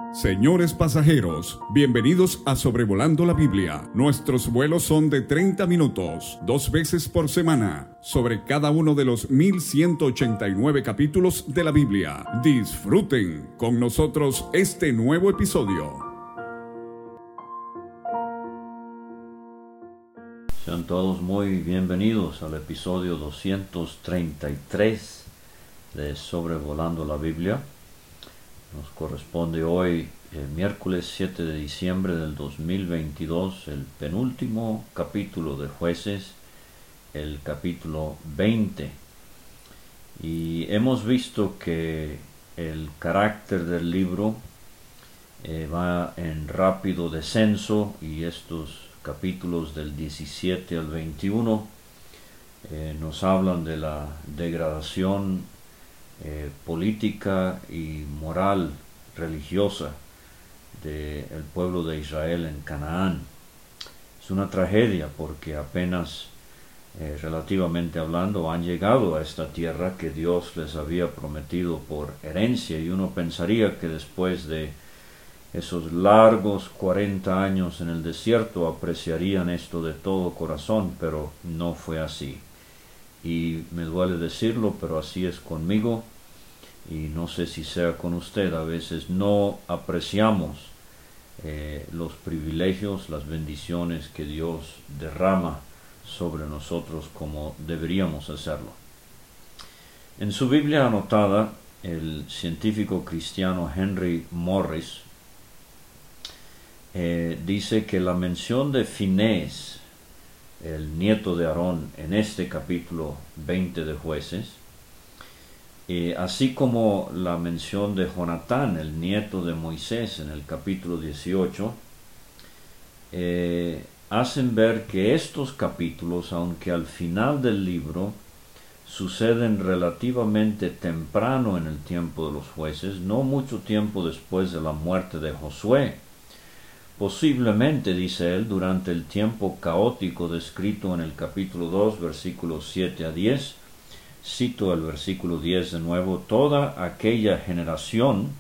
Señores pasajeros, bienvenidos a Sobrevolando la Biblia. Nuestros vuelos son de 30 minutos, 2 veces por semana, sobre cada uno de los 1189 capítulos de la Biblia. Disfruten con nosotros este nuevo episodio. Sean todos muy bienvenidos al episodio 233 de Sobrevolando la Biblia. Nos corresponde hoy, miércoles 7 de diciembre del 2022, el penúltimo capítulo de Jueces, el capítulo 20. Y hemos visto que el carácter del libro va en rápido descenso, y estos capítulos del 17 al 21 nos hablan de la degradación política y moral religiosa del pueblo de Israel en Canaán. Es una tragedia porque apenas relativamente hablando han llegado a esta tierra que Dios les había prometido por herencia, y uno pensaría que después de esos largos 40 años en el desierto apreciarían esto de todo corazón, pero no fue así. Y me duele decirlo, pero así es conmigo, y no sé si sea con usted. A veces no apreciamos los privilegios, las bendiciones que Dios derrama sobre nosotros como deberíamos hacerlo. En su Biblia anotada, el científico cristiano Henry Morris dice que la mención de Finés, el nieto de Aarón, en este capítulo 20 de Jueces, así como la mención de Jonatán, el nieto de Moisés, en el capítulo 18, hacen ver que estos capítulos, aunque al final del libro suceden relativamente temprano en el tiempo de los jueces, no mucho tiempo después de la muerte de Josué, posiblemente, dice él, durante el tiempo caótico descrito en el capítulo 2, versículos 7 a 10, cito el versículo 10 de nuevo: toda aquella generación,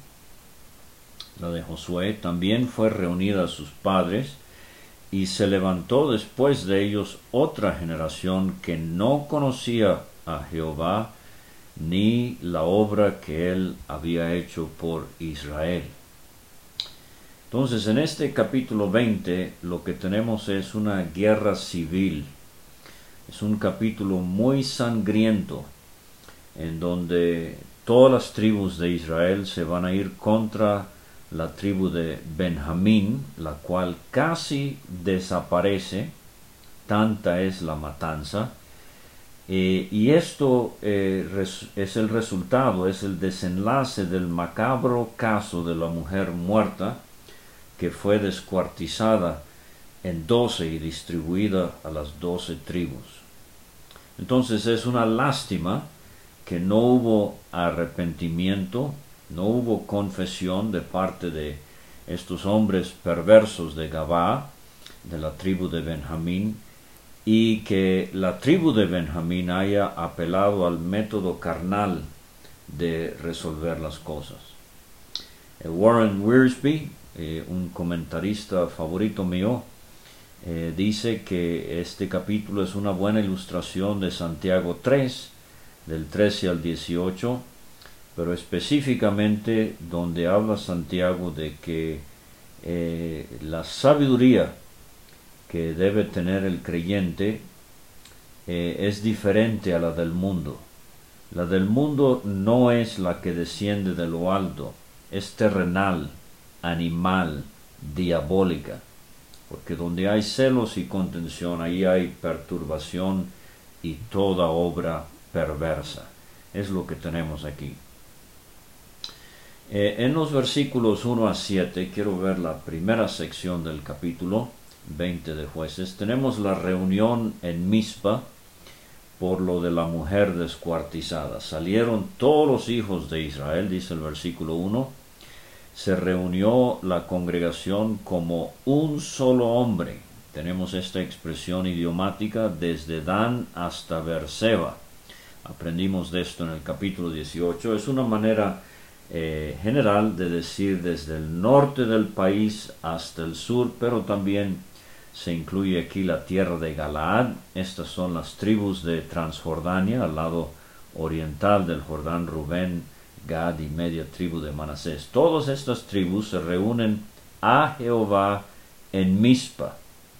la de Josué, también fue reunida a sus padres, y se levantó después de ellos otra generación que no conocía a Jehová, ni la obra que él había hecho por Israel. Entonces, en este capítulo 20 lo que tenemos es una guerra civil. Es un capítulo muy sangriento, en donde todas las tribus de Israel se van a ir contra la tribu de Benjamín, la cual casi desaparece, tanta es la matanza. Y esto es el resultado, es el desenlace del macabro caso de la mujer muerta, que fue descuartizada en 12 y distribuida a las 12 tribus. Entonces es una lástima que no hubo arrepentimiento, no hubo confesión de parte de estos hombres perversos de Gabá, de la tribu de Benjamín, y que la tribu de Benjamín haya apelado al método carnal de resolver las cosas. Warren Wiersbe, un comentarista favorito mío, dice que este capítulo es una buena ilustración de Santiago 3, del 13 al 18, pero específicamente donde habla Santiago de que la sabiduría que debe tener el creyente es diferente a la del mundo. La del mundo no es la que desciende de lo alto, es terrenal, animal, diabólica, porque donde hay celos y contención, ahí hay perturbación y toda obra perversa. Es lo que tenemos aquí. En los versículos 1 a 7, quiero ver la primera sección del capítulo 20 de Jueces. Tenemos la reunión en Mizpa por lo de la mujer descuartizada. Salieron todos los hijos de Israel, dice el versículo 1. Se reunió la congregación como un solo hombre. Tenemos esta expresión idiomática: desde Dan hasta Beerseba. Aprendimos de esto en el capítulo 18. Es una manera general, de decir desde el norte del país hasta el sur, pero también se incluye aquí la tierra de Galaad. Estas son las tribus de Transjordania, al lado oriental del Jordán: Rubén, Gad y media tribu de Manasés. Todas estas tribus se reúnen a Jehová en Mizpa.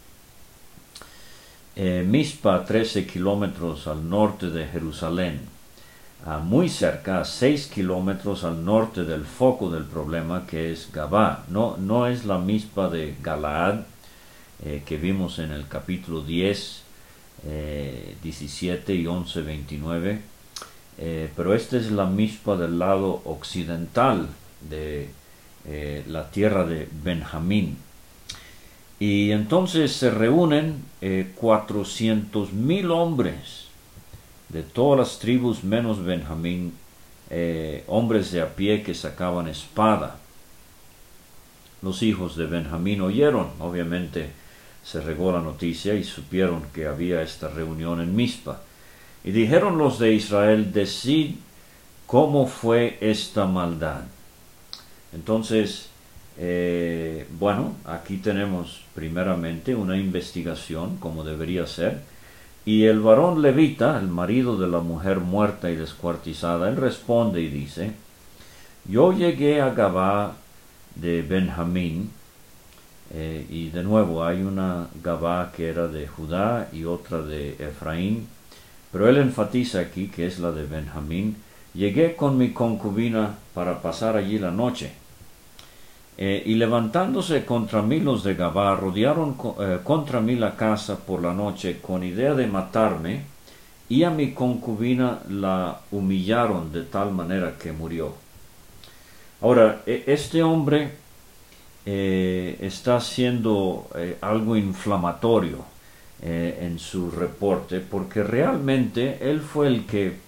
Mizpa, 13 kilómetros al norte de Jerusalén, muy cerca, a 6 kilómetros al norte del foco del problema, que es Gabá. No es la Mizpa de Galaad, que vimos en el capítulo 10, 17 y 11, 29, pero esta es la Mizpa del lado occidental de la tierra de Benjamín. Y entonces se reúnen 400,000 hombres de todas las tribus menos Benjamín, hombres de a pie que sacaban espada. Los hijos de Benjamín oyeron, obviamente se regó la noticia y supieron que había esta reunión en Mizpa. Y dijeron los de Israel: decid cómo fue esta maldad. Entonces, bueno, aquí tenemos primeramente una investigación, como debería ser, y el varón levita, el marido de la mujer muerta y descuartizada, él responde y dice: yo llegué a Gabá de Benjamín, y de nuevo hay una Gabá que era de Judá y otra de Efraín, pero él enfatiza aquí que es la de Benjamín. Llegué con mi concubina para pasar allí la noche. Y levantándose contra mí los de Gabá, rodearon contra mí la casa por la noche con idea de matarme, y a mi concubina la humillaron de tal manera que murió. Ahora, este hombre está haciendo algo inflamatorio en su reporte, porque realmente él fue el que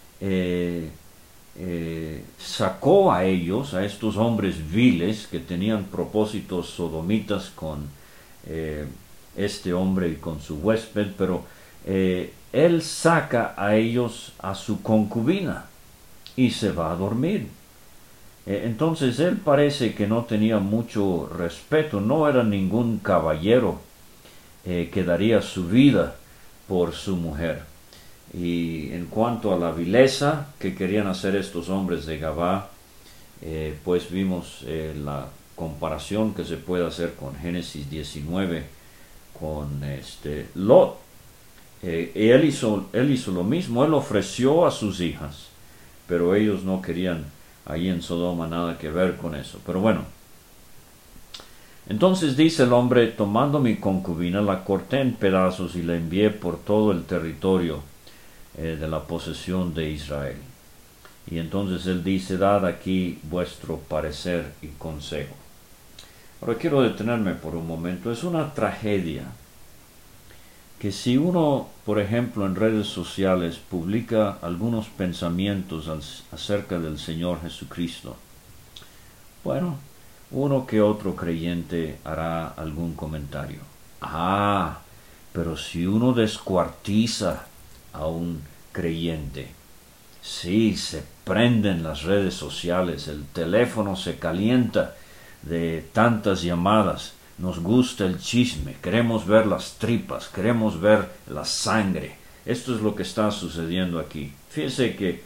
sacó a ellos, a estos hombres viles que tenían propósitos sodomitas con este hombre y con su huésped, pero él saca a ellos a su concubina y se va a dormir. Entonces él parece que no tenía mucho respeto, no era ningún caballero que daría su vida por su mujer. Y en cuanto a la vileza que querían hacer estos hombres de Gabá, pues vimos la comparación que se puede hacer con Génesis 19, con Lot. Él hizo lo mismo, él ofreció a sus hijas, pero ellos no querían ahí en Sodoma nada que ver con eso. Pero bueno, entonces dice el hombre: tomando mi concubina, la corté en pedazos y la envié por todo el territorio de la posesión de Israel. Y entonces él dice: dad aquí vuestro parecer y consejo. Ahora quiero detenerme por un momento. Es una tragedia que si uno, por ejemplo, en redes sociales publica algunos pensamientos acerca del Señor Jesucristo, bueno, uno que otro creyente hará algún comentario. Pero si uno descuartiza a un creyente, sí, se prenden las redes sociales, el teléfono se calienta de tantas llamadas, nos gusta el chisme, queremos ver las tripas, queremos ver la sangre. Esto es lo que está sucediendo aquí. Fíjese que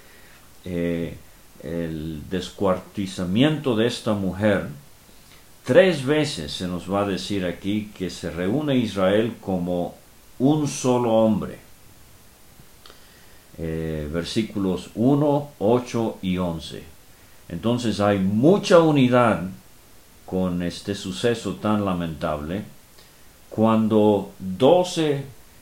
el descuartizamiento de esta mujer, 3 veces se nos va a decir aquí que se reúne Israel como un solo hombre. Versículos 1, 8 y 11. Entonces hay mucha unidad con este suceso tan lamentable, cuando 12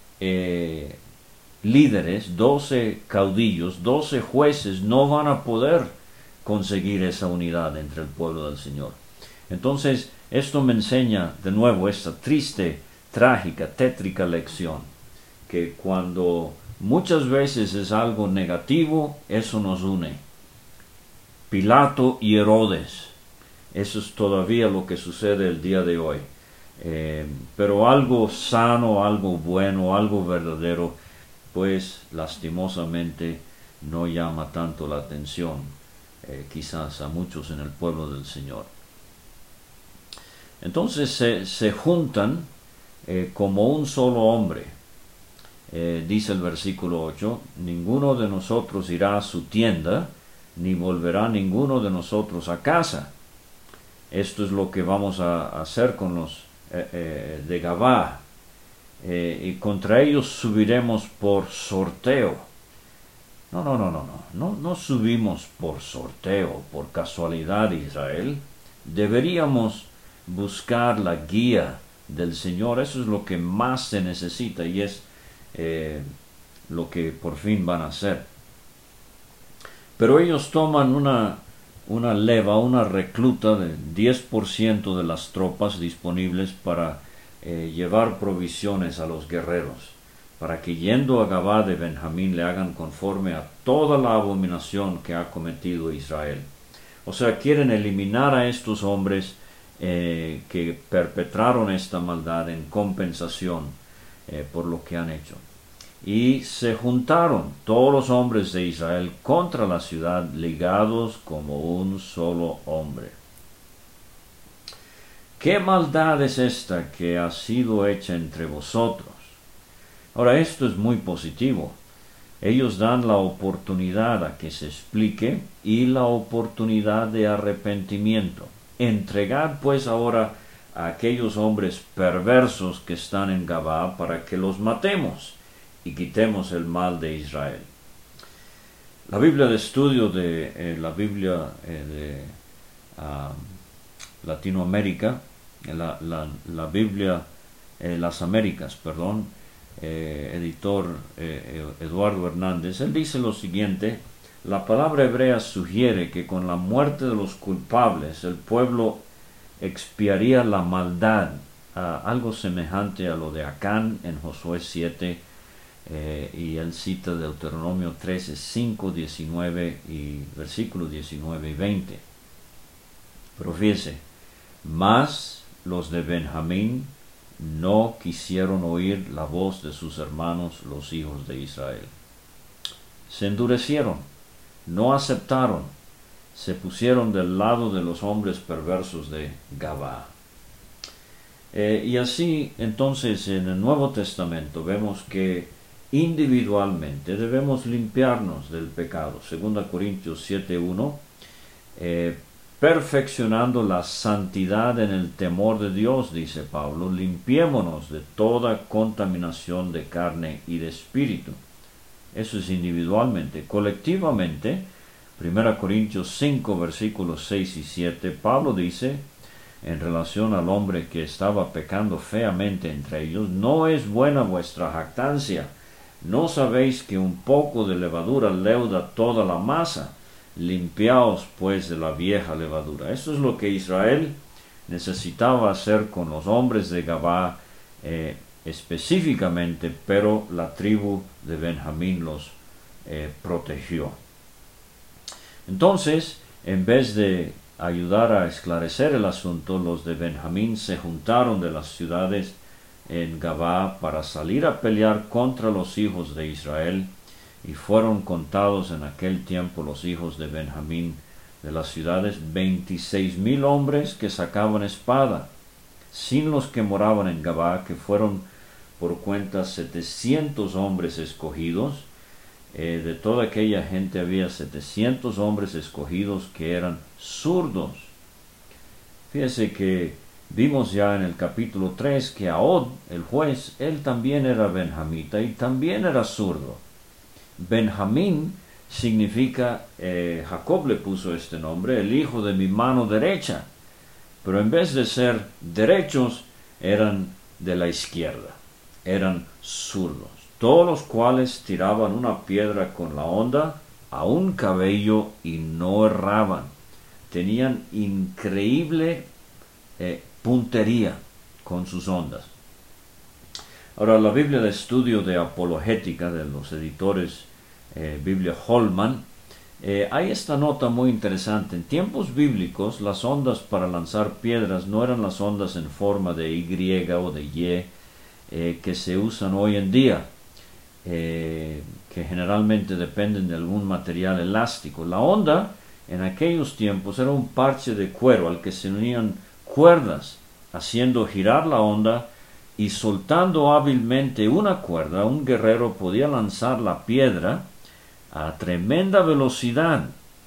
líderes, 12 caudillos, 12 jueces no van a poder conseguir esa unidad entre el pueblo del Señor. Entonces esto me enseña de nuevo esta triste, trágica, tétrica lección, que cuando muchas veces es algo negativo, eso nos une. Pilato y Herodes, eso es todavía lo que sucede el día de hoy. Pero algo sano, algo bueno, algo verdadero, pues lastimosamente no llama tanto la atención quizás a muchos en el pueblo del Señor. Entonces se juntan como un solo hombre. Dice el versículo 8, ninguno de nosotros irá a su tienda, ni volverá ninguno de nosotros a casa. Esto es lo que vamos a hacer con los de Gabá. Y contra ellos subiremos por sorteo. No subimos por sorteo, por casualidad, Israel. Deberíamos buscar la guía del Señor. Eso es lo que más se necesita y es lo que por fin van a hacer. Pero ellos toman una leva, una recluta de 10% de las tropas disponibles para llevar provisiones a los guerreros, para que yendo a Gabá de Benjamín le hagan conforme a toda la abominación que ha cometido Israel. O sea, quieren eliminar a estos hombres que perpetraron esta maldad en compensación por lo que han hecho. Y se juntaron todos los hombres de Israel contra la ciudad, ligados como un solo hombre. ¿Qué maldad es esta que ha sido hecha entre vosotros? Ahora, esto es muy positivo. Ellos dan la oportunidad a que se explique y la oportunidad de arrepentimiento. Entregad pues ahora a aquellos hombres perversos que están en Gabá para que los matemos y quitemos el mal de Israel. La Biblia de estudio de la Biblia de Latinoamérica, la Biblia Las Américas, perdón, editor Eduardo Hernández, él dice lo siguiente: la palabra hebrea sugiere que con la muerte de los culpables el pueblo expiaría la maldad, algo semejante a lo de Acán en Josué 7, y él cita Deuteronomio 13, 5, 19 y versículos 19 y 20. Pero fíjese, mas los de Benjamín no quisieron oír la voz de sus hermanos los hijos de Israel. Se endurecieron, no aceptaron, se pusieron del lado de los hombres perversos de Gabá. Y así entonces en el Nuevo Testamento vemos que individualmente debemos limpiarnos del pecado. 2 Corintios 7:1, perfeccionando la santidad en el temor de Dios, dice Pablo, limpiémonos de toda contaminación de carne y de espíritu. Eso es individualmente. Colectivamente, 1 Corintios 5, versículos 6 y 7, Pablo dice, en relación al hombre que estaba pecando feamente entre ellos, no es buena vuestra jactancia. ¿No sabéis que un poco de levadura leuda toda la masa? Limpiaos pues de la vieja levadura. Esto es lo que Israel necesitaba hacer con los hombres de Gabá específicamente, pero la tribu de Benjamín los protegió. Entonces, en vez de ayudar a esclarecer el asunto, los de Benjamín se juntaron de las ciudades en Gabá para salir a pelear contra los hijos de Israel, y fueron contados en aquel tiempo los hijos de Benjamín de las ciudades 26,000 hombres que sacaban espada, sin los que moraban en Gabá, que fueron por cuenta 700 hombres escogidos. De toda aquella gente había 700 hombres escogidos que eran zurdos. Fíjese que vimos ya en el capítulo 3 que Ahod, el juez, él también era benjamita y también era zurdo. Benjamín significa, Jacob le puso este nombre, el hijo de mi mano derecha, pero en vez de ser derechos, eran de la izquierda, eran zurdos, todos los cuales tiraban una piedra con la honda a un cabello y no erraban. Tenían increíble puntería con sus ondas. Ahora, la Biblia de estudio de apologética de los editores Biblia Holman, hay esta nota muy interesante. En tiempos bíblicos, las ondas para lanzar piedras no eran las ondas en forma de Y o de Y que se usan hoy en día, que generalmente dependen de algún material elástico. La onda en aquellos tiempos era un parche de cuero al que se unían cuerdas, haciendo girar la onda, y soltando hábilmente una cuerda, un guerrero podía lanzar la piedra a tremenda velocidad,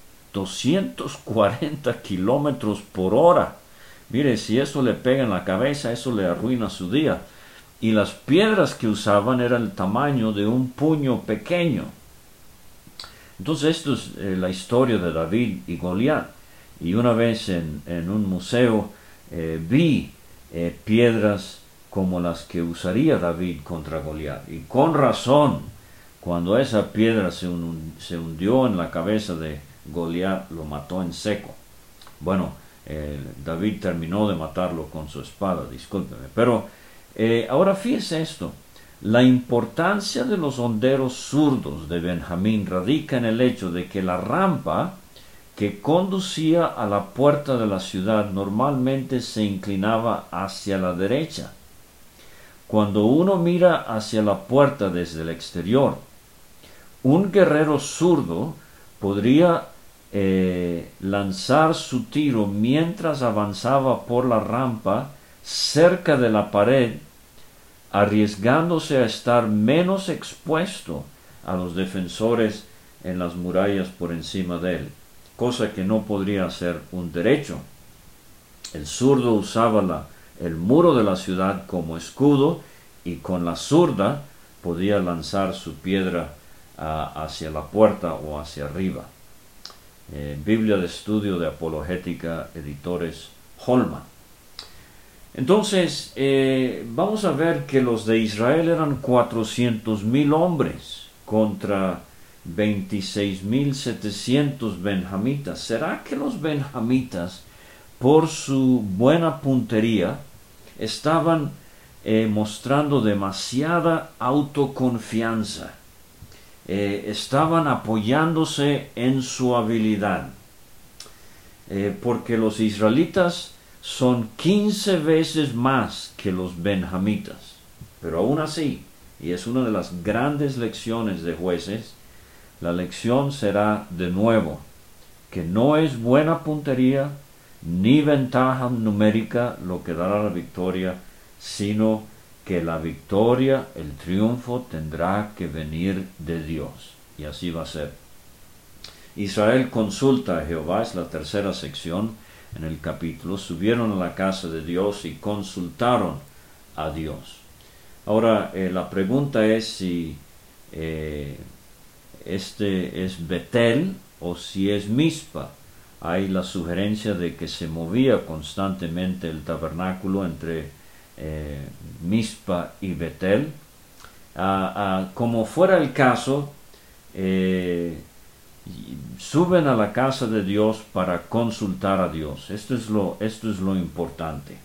240 kilómetros por hora. Mire, si eso le pega en la cabeza, eso le arruina su día. Y las piedras que usaban eran el tamaño de un puño pequeño. Entonces esto es la historia de David y Goliat. Y una vez en un museo vi piedras como las que usaría David contra Goliat. Y con razón, cuando esa piedra se hundió en la cabeza de Goliat, lo mató en seco. Bueno, David terminó de matarlo con su espada, discúlpeme. Pero ahora fíjese esto. La importancia de los honderos zurdos de Benjamín radica en el hecho de que la rampa que conducía a la puerta de la ciudad normalmente se inclinaba hacia la derecha. Cuando uno mira hacia la puerta desde el exterior, un guerrero zurdo podría lanzar su tiro mientras avanzaba por la rampa cerca de la pared, arriesgándose a estar menos expuesto a los defensores en las murallas por encima de él, cosa que no podría hacer un derecho. El zurdo usaba el muro de la ciudad como escudo, y con la zurda podía lanzar su piedra hacia la puerta o hacia arriba. Biblia de Estudio de Apologética, editores Holman. Entonces, vamos a ver que los de Israel eran 400,000 hombres contra 26,700 benjamitas. ¿Será que los benjamitas, por su buena puntería, estaban mostrando demasiada autoconfianza? Estaban apoyándose en su habilidad, porque los israelitas son 15 veces más que los benjamitas. Pero aún así, y es una de las grandes lecciones de Jueces, la lección será de nuevo que no es buena puntería ni ventaja numérica lo que dará la victoria, sino que la victoria, el triunfo, tendrá que venir de Dios. Y así va a ser. Israel consulta a Jehová, es la tercera sección en el capítulo. Subieron a la casa de Dios y consultaron a Dios. Ahora, la pregunta es si este es Betel o si es Mizpa. Hay la sugerencia de que se movía constantemente el tabernáculo entre Mizpa y Betel. Como fuera el caso, suben a la casa de Dios para consultar a Dios. Esto es lo importante.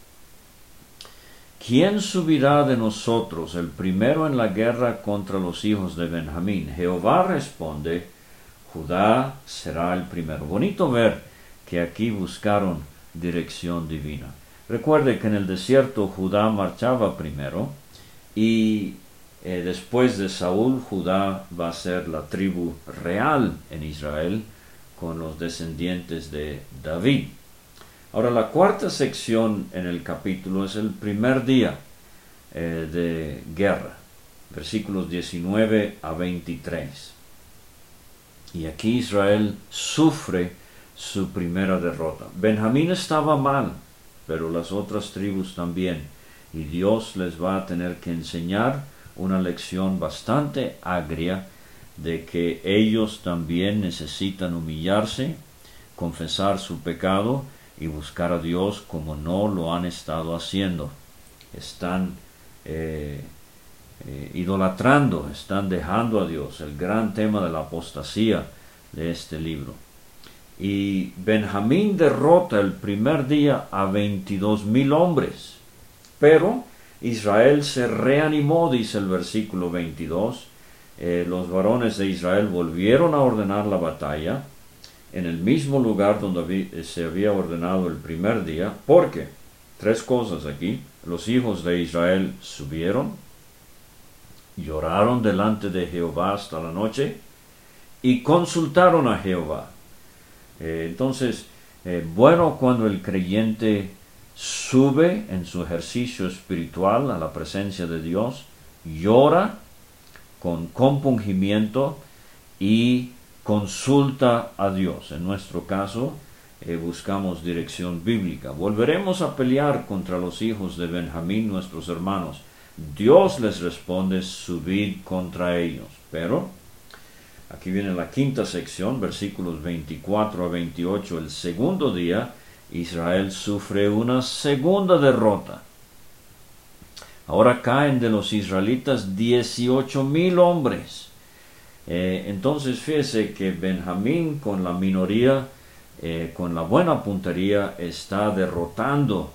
¿Quién subirá de nosotros el primero en la guerra contra los hijos de Benjamín? Jehová responde, Judá será el primero. Bonito ver que aquí buscaron dirección divina. Recuerde que en el desierto Judá marchaba primero, y después de Saúl, Judá va a ser la tribu real en Israel con los descendientes de David. Ahora, la cuarta sección en el capítulo es el primer día de guerra, versículos 19 a 23. Y aquí Israel sufre su primera derrota. Benjamín estaba mal, pero las otras tribus también, y Dios les va a tener que enseñar una lección bastante agria de que ellos también necesitan humillarse, confesar su pecado y buscar a Dios como no lo han estado haciendo. Están idolatrando, están dejando a Dios, el gran tema de la apostasía de este libro. Y Benjamín derrota el primer día a 22,000 hombres, pero Israel se reanimó, dice el versículo 22. Los varones de Israel volvieron a ordenar la batalla en el mismo lugar donde se había ordenado el primer día, porque, tres cosas aquí: los hijos de Israel subieron, lloraron delante de Jehová hasta la noche, y consultaron a Jehová. Entonces, bueno cuando el creyente sube en su ejercicio espiritual a la presencia de Dios, llora con compungimiento y consulta a Dios. En nuestro caso, buscamos dirección bíblica. Volveremos a pelear contra los hijos de Benjamín, nuestros hermanos. Dios les responde, subid contra ellos. Pero, aquí viene la quinta sección, versículos 24 a 28. El segundo día, Israel sufre una segunda derrota. Ahora caen de los israelitas 18,000 hombres. Entonces fíjese que Benjamín con la minoría, con la buena puntería, está derrotando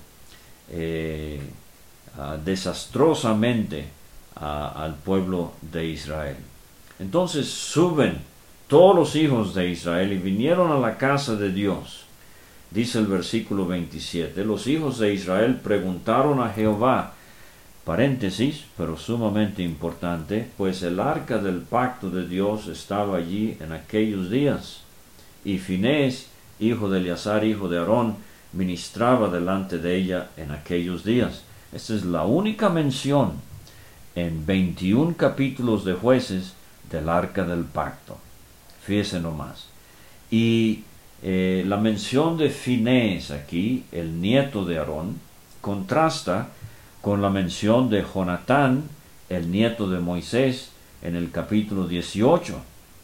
desastrosamente al pueblo de Israel. Entonces suben todos los hijos de Israel y vinieron a la casa de Dios. Dice el versículo 27, los hijos de Israel preguntaron a Jehová, paréntesis, pero sumamente importante, pues el arca del pacto de Dios estaba allí en aquellos días, y Finés, hijo de Eleazar, hijo de Aarón, ministraba delante de ella en aquellos días. Esta es la única mención en 21 capítulos de Jueces del arca del pacto. Fíjese nomás. Y la mención de Finés aquí, el nieto de Aarón, contrasta con la mención de Jonatán, el nieto de Moisés, en el capítulo 18.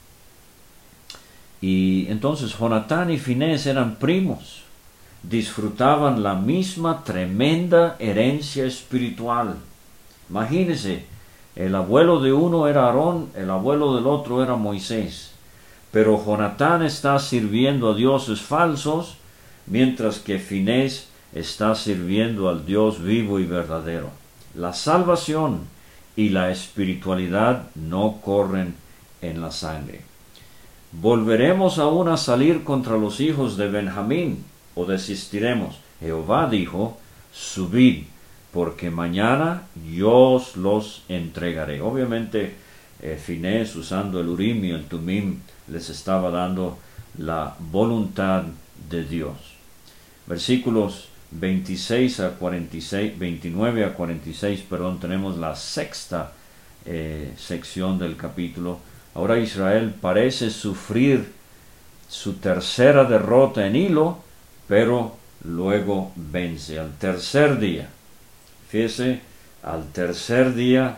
Y entonces Jonatán y Finés eran primos, disfrutaban la misma tremenda herencia espiritual. Imagínense, el abuelo de uno era Aarón, el abuelo del otro era Moisés. Pero Jonatán está sirviendo a dioses falsos, mientras que Finés está sirviendo al Dios vivo y verdadero. La salvación y la espiritualidad no corren en la sangre. ¿Volveremos aún a salir contra los hijos de Benjamín o desistiremos? Jehová dijo, subid, porque mañana yo os los entregaré. Obviamente Finés, usando el Urim y el Tumim, les estaba dando la voluntad de Dios. Versículos 26 a 46, 29 a 46, tenemos la sexta sección del capítulo. Ahora Israel parece sufrir su tercera derrota en Hilo, pero luego vence. Al tercer día, fíjese, al tercer día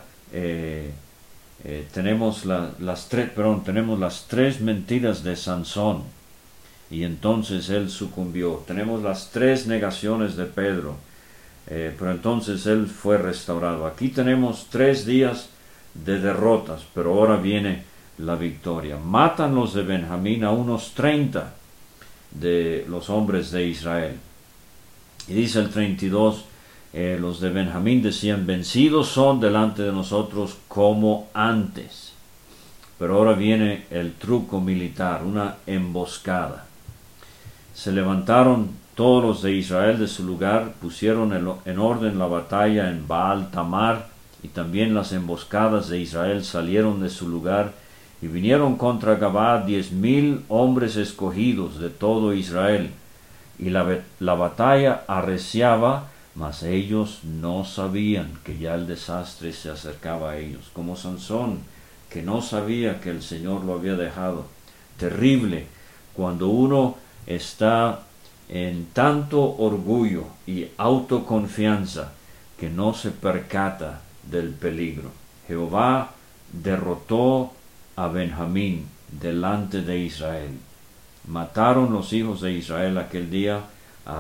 tenemos las tres mentiras de Sansón, y entonces él sucumbió. Tenemos las tres negaciones de Pedro, pero entonces él fue restaurado. Aquí tenemos 3 días de derrotas, pero ahora viene la victoria. Matan los de Benjamín a unos 30 de los hombres de Israel. Y dice el 32, los de Benjamín decían, vencidos son delante de nosotros como antes. Pero ahora viene el truco militar, una emboscada. Se levantaron todos los de Israel de su lugar, pusieron en orden la batalla en Baal Tamar, y también las emboscadas de Israel salieron de su lugar, y vinieron contra Gabaa 10,000 hombres escogidos de todo Israel, y la batalla arreciaba, mas ellos no sabían que ya el desastre se acercaba a ellos, como Sansón, que no sabía que el Señor lo había dejado. Terrible cuando uno está en tanto orgullo y autoconfianza que no se percata del peligro. Jehová derrotó a Benjamín delante de Israel. Mataron los hijos de Israel aquel día a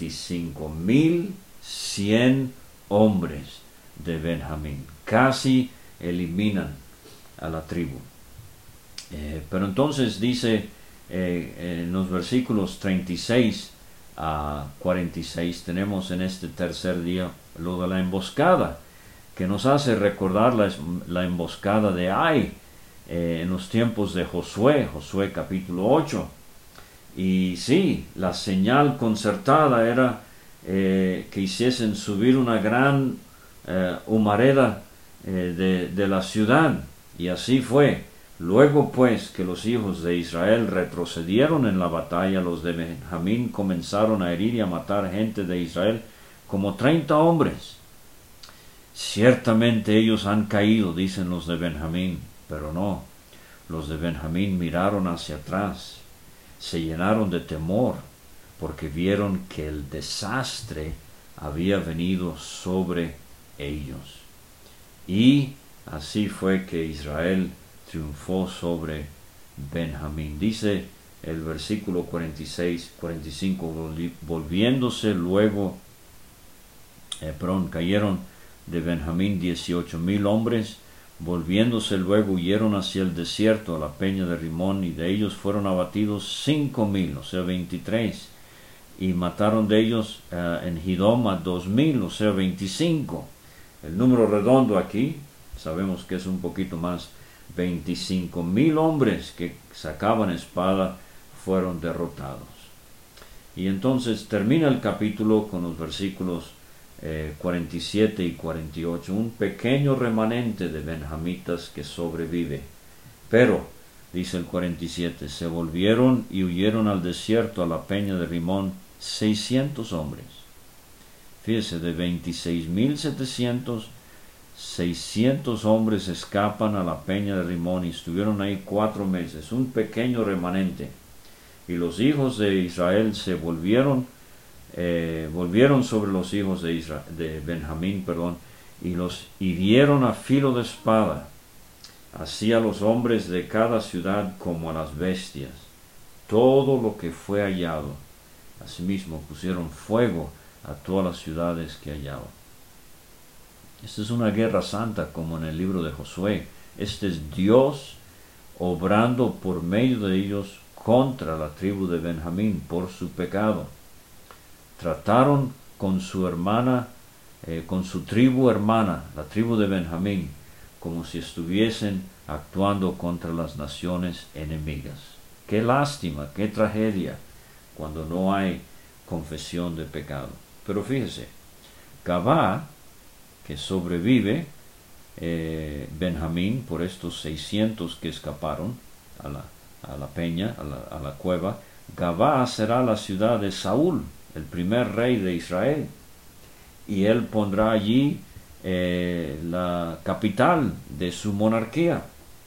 25,100 hombres de Benjamín. Casi eliminan a la tribu. Pero entonces dice en los versículos 36 a 46, tenemos en este tercer día lo de la emboscada, que nos hace recordar la emboscada de Ai en los tiempos de Josué capítulo 8. Y sí, la señal concertada era que hiciesen subir una gran humareda de la ciudad, y así fue. Luego pues que los hijos de Israel retrocedieron en la batalla, los de Benjamín comenzaron a herir y a matar gente de Israel, como 30 hombres. Ciertamente ellos han caído, dicen los de Benjamín, pero no. Los de Benjamín miraron hacia atrás, se llenaron de temor, porque vieron que el desastre había venido sobre ellos. Y así fue que Israel triunfó sobre Benjamín. Dice el versículo 45, volviéndose luego, cayeron de Benjamín 18,000 hombres, volviéndose luego huyeron hacia el desierto, a la peña de Rimón, y de ellos fueron abatidos 5,000, o sea 23, y mataron de ellos en Gidom a 2,000, o sea 25. El número redondo aquí, sabemos que es un poquito más, 25,000 hombres que sacaban espada fueron derrotados. Y entonces termina el capítulo con los versículos 47 y 48, un pequeño remanente de benjamitas que sobrevive. Pero, dice el 47, se volvieron y huyeron al desierto, a la peña de Rimón, 600 hombres. Fíjese, de 26,700, 600 hombres escapan a la peña de Rimón y estuvieron ahí 4 meses, un pequeño remanente. Y los hijos de Israel se volvieron sobre los hijos de Benjamín, y los hirieron a filo de espada, así a los hombres de cada ciudad como a las bestias. Todo lo que fue hallado. Asimismo pusieron fuego a todas las ciudades que hallaban. Esta es una guerra santa, como en el libro de Josué. Este es Dios obrando por medio de ellos contra la tribu de Benjamín por su pecado. Trataron con su hermana, con su tribu hermana, la tribu de Benjamín, como si estuviesen actuando contra las naciones enemigas. Qué lástima, qué tragedia, cuando no hay confesión de pecado. Pero fíjese, Gabá, que sobrevive Benjamín por estos 600 que escaparon a la peña, a la cueva, Gabá será la ciudad de Saúl, el primer rey de Israel, y él pondrá allí la capital de su monarquía.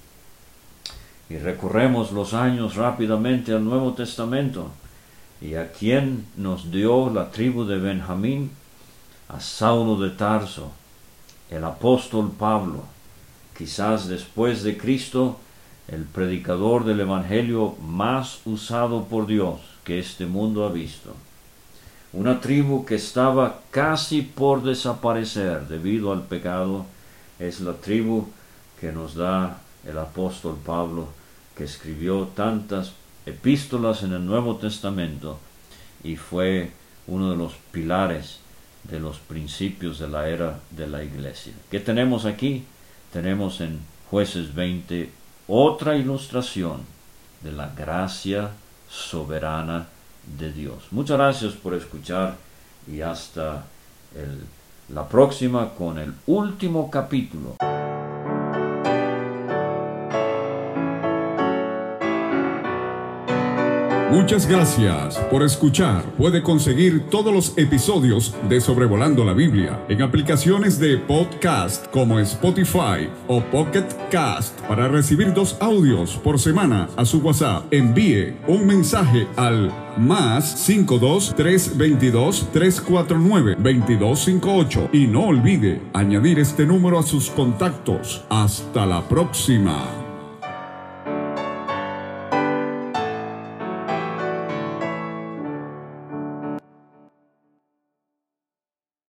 Y recorremos los años rápidamente al Nuevo Testamento. ¿Y a quién nos dio la tribu de Benjamín? A Saulo de Tarso, el apóstol Pablo, quizás después de Cristo, el predicador del Evangelio más usado por Dios que este mundo ha visto. Una tribu que estaba casi por desaparecer debido al pecado, es la tribu que nos da el apóstol Pablo, que escribió tantas epístolas en el Nuevo Testamento y fue uno de los pilares de los principios de la era de la iglesia. ¿Qué tenemos aquí? Tenemos en Jueces 20 otra ilustración de la gracia soberana de Dios. Muchas gracias por escuchar y hasta la próxima con el último capítulo. Muchas gracias por escuchar. Puede conseguir todos los episodios de Sobrevolando la Biblia en aplicaciones de podcast como Spotify o Pocket Cast. Para recibir 2 audios por semana a su WhatsApp, envíe un mensaje al +52 322 349 2258 y no olvide añadir este número a sus contactos. Hasta la próxima.